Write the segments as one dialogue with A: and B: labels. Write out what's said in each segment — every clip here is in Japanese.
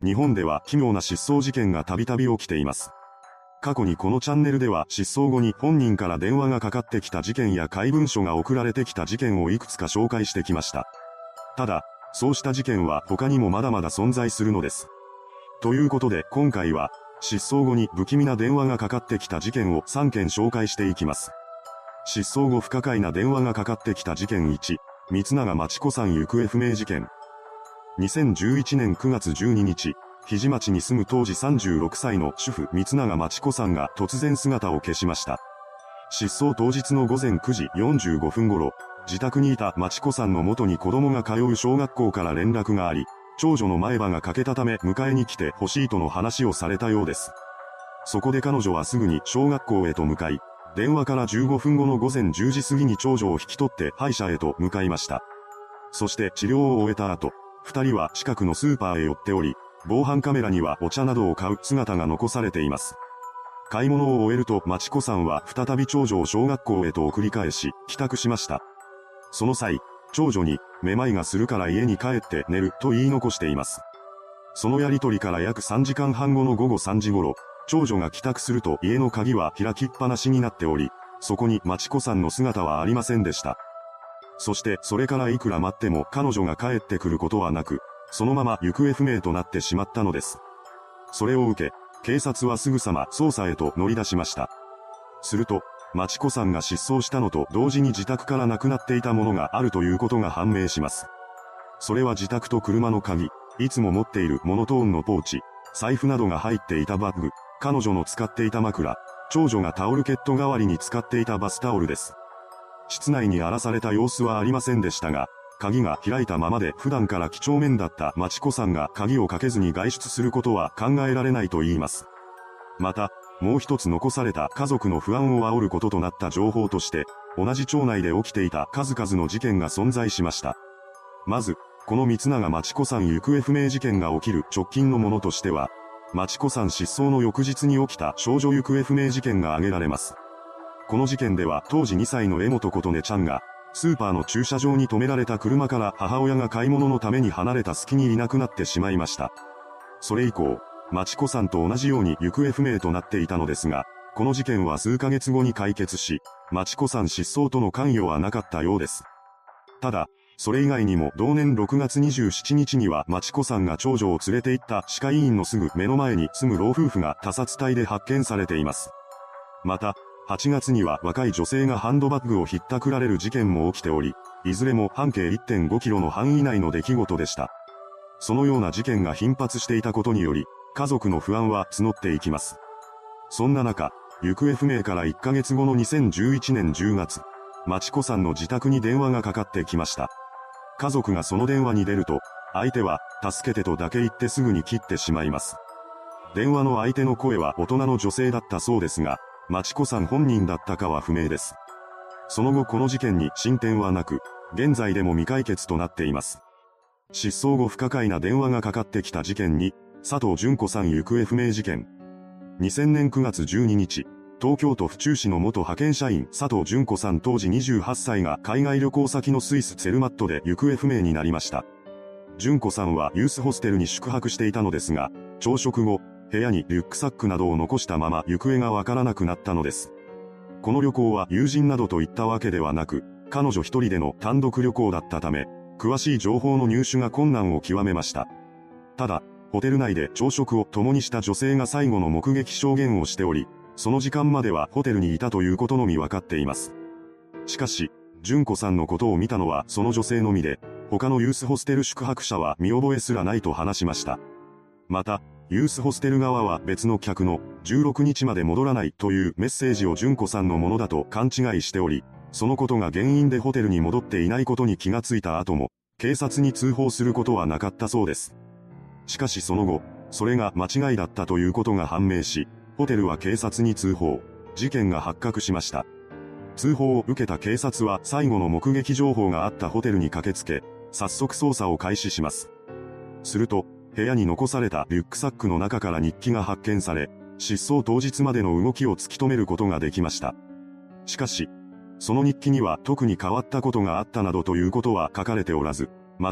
A: 日本では奇妙な失踪事件がたびたび起きています。過去にこのチャンネルでは失踪後に本人から電話がかかってきた事件や怪文書が送られてきた事件をいくつか紹介してきました。ただ、そうした事件は他にもまだまだ存在するのです。ということで今回は、失踪後に不気味な電話がかかってきた事件を3件紹介していきます。失踪後不可解な電話がかかってきた事件1、三永真知子さん行方不明事件。2011年9月12日、日出町に住む当時36歳の主婦三永真知子さんが突然姿を消しました。失踪当日の午前9時45分頃、自宅にいた真知子さんの元に子供が通う小学校から連絡があり、長女の前歯が欠けたため迎えに来てほしいとの話をされたようです。そこで彼女はすぐに小学校へと向かい、電話から15分後の午前10時過ぎに長女を引き取って歯医者へと向かいました。そして治療を終えた後、二人は近くのスーパーへ寄っており、防犯カメラにはお茶などを買う姿が残されています。買い物を終えると真知子さんは再び長女を小学校へと送り返し、帰宅しました。その際、長女に、めまいがするから家に帰って寝ると言い残しています。そのやりとりから約3時間半後の午後3時頃、長女が帰宅すると家の鍵は開きっぱなしになっており、そこに真知子さんの姿はありませんでした。そしてそれからいくら待っても彼女が帰ってくることはなく、そのまま行方不明となってしまったのです。それを受け、警察はすぐさま捜査へと乗り出しました。すると、真知子さんが失踪したのと同時に自宅からなくなっていたものがあるということが判明します。それは自宅と車の鍵、いつも持っているモノトーンのポーチ、財布などが入っていたバッグ、彼女の使っていた枕、長女がタオルケット代わりに使っていたバスタオルです。室内に荒らされた様子はありませんでしたが、鍵が開いたままで普段から几帳面だった真知子さんが鍵をかけずに外出することは考えられないと言います。また、もう一つ残された家族の不安を煽ることとなった情報として、同じ町内で起きていた数々の事件が存在しました。まず、この三永真知子さん行方不明事件が起きる直近のものとしては、真知子さん失踪の翌日に起きた少女行方不明事件が挙げられます。この事件では当時2歳の江本琴音ちゃんが、スーパーの駐車場に止められた車から母親が買い物のために離れた隙にいなくなってしまいました。それ以降、真知子さんと同じように行方不明となっていたのですが、この事件は数ヶ月後に解決し、真知子さん失踪との関与はなかったようです。ただ、それ以外にも同年6月27日には真知子さんが長女を連れて行った歯科医院のすぐ目の前に住む老夫婦が他殺体で発見されています。また、8月には若い女性がハンドバッグをひったくられる事件も起きており、いずれも半径 1.5 キロの範囲内の出来事でした。そのような事件が頻発していたことにより、家族の不安は募っていきます。そんな中、行方不明から1ヶ月後の2011年10月、真知子さんの自宅に電話がかかってきました。家族がその電話に出ると、相手は、助けてとだけ言ってすぐに切ってしまいます。電話の相手の声は大人の女性だったそうですが、真知子さん本人だったかは不明です。その後この事件に進展はなく、現在でも未解決となっています。失踪後不可解な電話がかかってきた事件に、佐藤純子さん行方不明事件。2000年9月12日、東京都府中市の元派遣社員佐藤純子さん当時28歳が海外旅行先のスイスツェルマットで行方不明になりました。純子さんはユースホステルに宿泊していたのですが、朝食後、部屋にリュックサックなどを残したまま行方がわからなくなったのです。この旅行は友人などといったわけではなく、彼女一人での単独旅行だったため、詳しい情報の入手が困難を極めました。ただ、ホテル内で朝食を共にした女性が最後の目撃証言をしており、その時間まではホテルにいたということのみ分かっています。しかし、純子さんのことを見たのはその女性のみで、他のユースホステル宿泊者は見覚えすらないと話しました。また、ユースホステル側は別の客の16日まで戻らないというメッセージを純子さんのものだと勘違いしており、そのことが原因でホテルに戻っていないことに気がついた後も、警察に通報することはなかったそうです。しかしその後、それが間違いだったということが判明し、ホテルは警察に通報、事件が発覚しました。通報を受けた警察は最後の目撃情報があったホテルに駆けつけ、早速捜査を開始します。すると、部屋に残されたリュックサックの中から日記が発見され、失踪当日までの動きを突き止めることができました。しかし、その日記には特に変わったことがあったなどということは書かれておらず、また、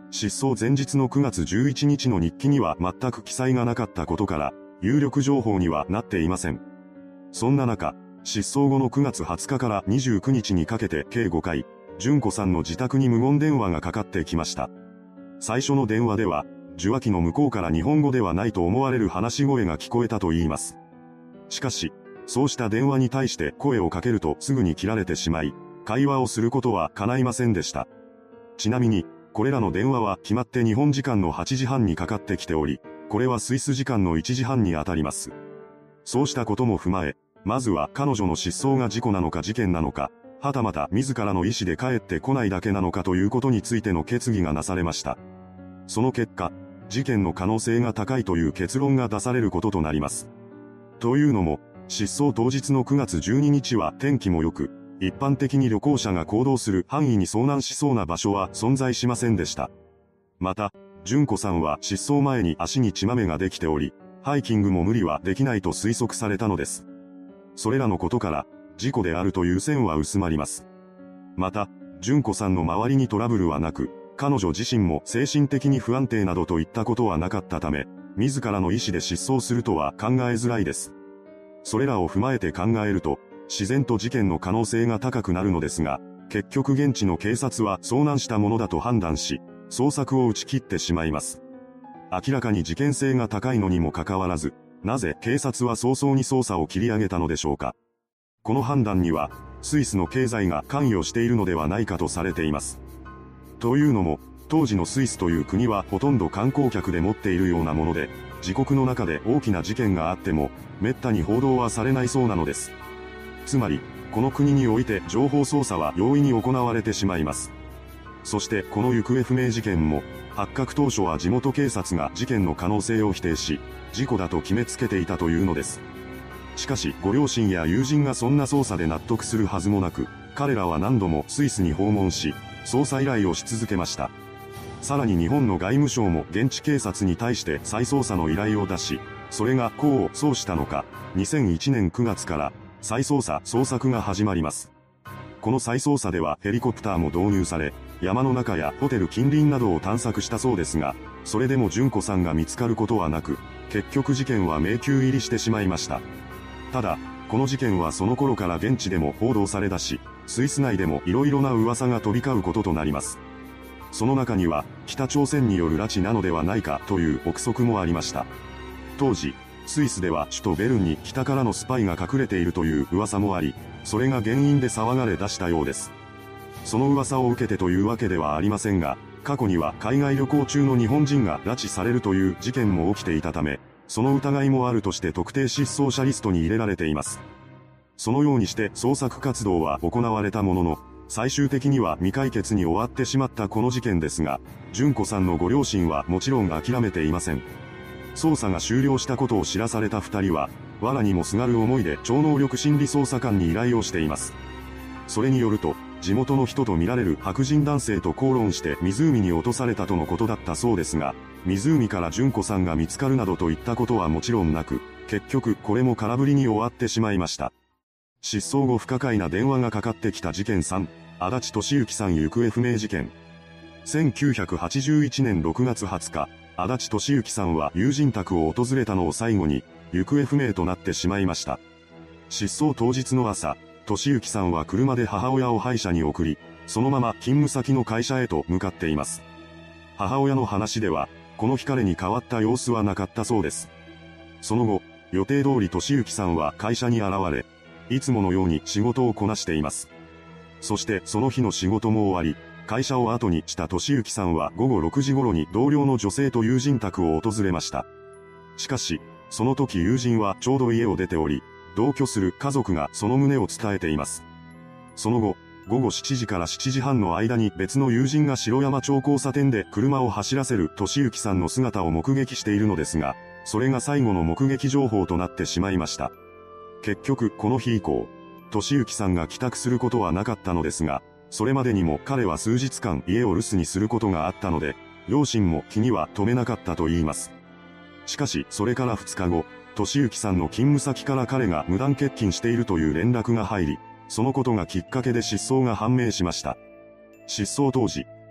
A: 失踪前日の9月11日の日記には全く記載がなかったことから、有力情報にはなっていません。そんな中、失踪後の9月20日から29日にかけて計5回、純子さんの自宅に無言電話がかかってきました。最初の電話では、受話器の向こうから日本語ではないと思われる話し声が聞こえたといいます。しかし、そうした電話に対して声をかけるとすぐに切られてしまい、会話をすることは叶いませんでした。ちなみに、これらの電話は決まって日本時間の8時半にかかってきており、これはスイス時間の1時半にあたります。そうしたことも踏まえ、まずは彼女の失踪が事故なのか事件なのか、はたまた自らの意思で帰ってこないだけなのかということについての決議がなされました。その結果、事件の可能性が高いという結論が出されることとなります。というのも、失踪当日の9月12日は天気も良く、一般的に旅行者が行動する範囲に遭難しそうな場所は存在しませんでした。また、純子さんは失踪前に足に血まめができており、ハイキングも無理はできないと推測されたのです。それらのことから、事故であるという線は薄まります。また、純子さんの周りにトラブルはなく、彼女自身も精神的に不安定などといったことはなかったため、自らの意思で失踪するとは考えづらいです。それらを踏まえて考えると、自然と事件の可能性が高くなるのですが、結局現地の警察は遭難したものだと判断し、捜索を打ち切ってしまいます。明らかに事件性が高いのにもかかわらず、なぜ警察は早々に捜査を切り上げたのでしょうか。この判断には、スイスの経済が関与しているのではないかとされています。というのも、当時のスイスという国はほとんど観光客で持っているようなもので、自国の中で大きな事件があっても、滅多に報道はされないそうなのです。つまり、この国において情報操作は容易に行われてしまいます。そしてこの行方不明事件も、発覚当初は地元警察が事件の可能性を否定し、事故だと決めつけていたというのです。しかし、ご両親や友人がそんな捜査で納得するはずもなく、彼らは何度もスイスに訪問し、捜査依頼をし続けました。さらに日本の外務省も現地警察に対して再捜査の依頼を出し、それが功を奏したのか、2001年9月から再捜査・捜索が始まります。この再捜査ではヘリコプターも導入され、山の中やホテル近隣などを探索したそうですが、それでも純子さんが見つかることはなく、結局事件は迷宮入りしてしまいました。ただ、この事件はその頃から現地でも報道されだし、スイス内でも色々な噂が飛び交うこととなります。その中には、北朝鮮による拉致なのではないかという憶測もありました。当時、スイスでは首都ベルンに北からのスパイが隠れているという噂もあり、それが原因で騒がれ出したようです。その噂を受けてというわけではありませんが、過去には海外旅行中の日本人が拉致されるという事件も起きていたため、その疑いもあるとして特定失踪者リストに入れられています。そのようにして捜索活動は行われたものの、最終的には未解決に終わってしまったこの事件ですが、純子さんのご両親はもちろん諦めていません。捜査が終了したことを知らされた二人は、藁にもすがる思いで超能力心理捜査官に依頼をしています。それによると、地元の人と見られる白人男性と口論して湖に落とされたとのことだったそうですが、湖から純子さんが見つかるなどといったことはもちろんなく、結局これも空振りに終わってしまいました。失踪後不可解な電話がかかってきた事件3、足立俊之さん行方不明事件。1981年6月20日、足立俊之さんは友人宅を訪れたのを最後に、行方不明となってしまいました。失踪当日の朝、俊之さんは車で母親を歯医者に送り、そのまま勤務先の会社へと向かっています。母親の話では、この日彼に変わった様子はなかったそうです。その後、予定通り俊之さんは会社に現れ、いつものように仕事をこなしています。そしてその日の仕事も終わり、会社を後にした俊之さんは午後6時頃に同僚の女性と友人宅を訪れました。しかし、その時友人はちょうど家を出ており、同居する家族がその旨を伝えています。その後、午後7時から7時半の間に別の友人が城山町交差点で車を走らせる俊之さんの姿を目撃しているのですが、それが最後の目撃情報となってしまいました。結局この日以降、俊之さんが帰宅することはなかったのですが、それまでにも彼は数日間家を留守にすることがあったので、両親も気には留めなかったと言います。しかしそれから2日後、俊之さんの勤務先から彼が無断欠勤しているという連絡が入り、そのことがきっかけで失踪が判明しました。失踪当時、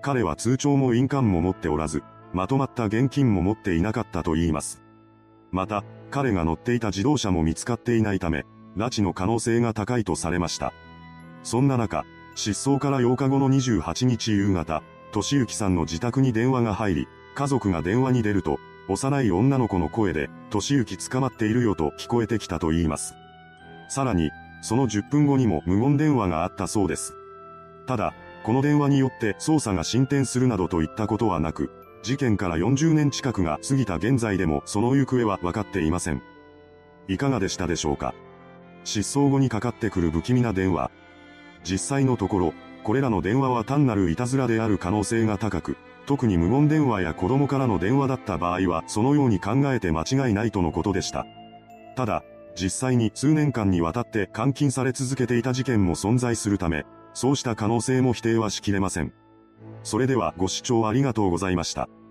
A: 彼は通帳も印鑑も持っておらず、まとまった現金も持っていなかったと言います。また、彼が乗っていた自動車も見つかっていないため、拉致の可能性が高いとされました。そんな中、失踪から8日後の28日夕方、俊之さんの自宅に電話が入り、家族が電話に出ると、幼い女の子の声で、俊之捕まっているよと聞こえてきたと言います。さらに、その10分後にも無言電話があったそうです。ただ、この電話によって捜査が進展するなどといったことはなく、事件から40年近くが過ぎた現在でもその行方は分かっていません。いかがでしたでしょうか。失踪後にかかってくる不気味な電話。実際のところ、これらの電話は単なるいたずらである可能性が高く、特に無言電話や子供からの電話だった場合はそのように考えて間違いないとのことでした。ただ、実際に数年間にわたって監禁され続けていた事件も存在するため、そうした可能性も否定はしきれません。それではご視聴ありがとうございました。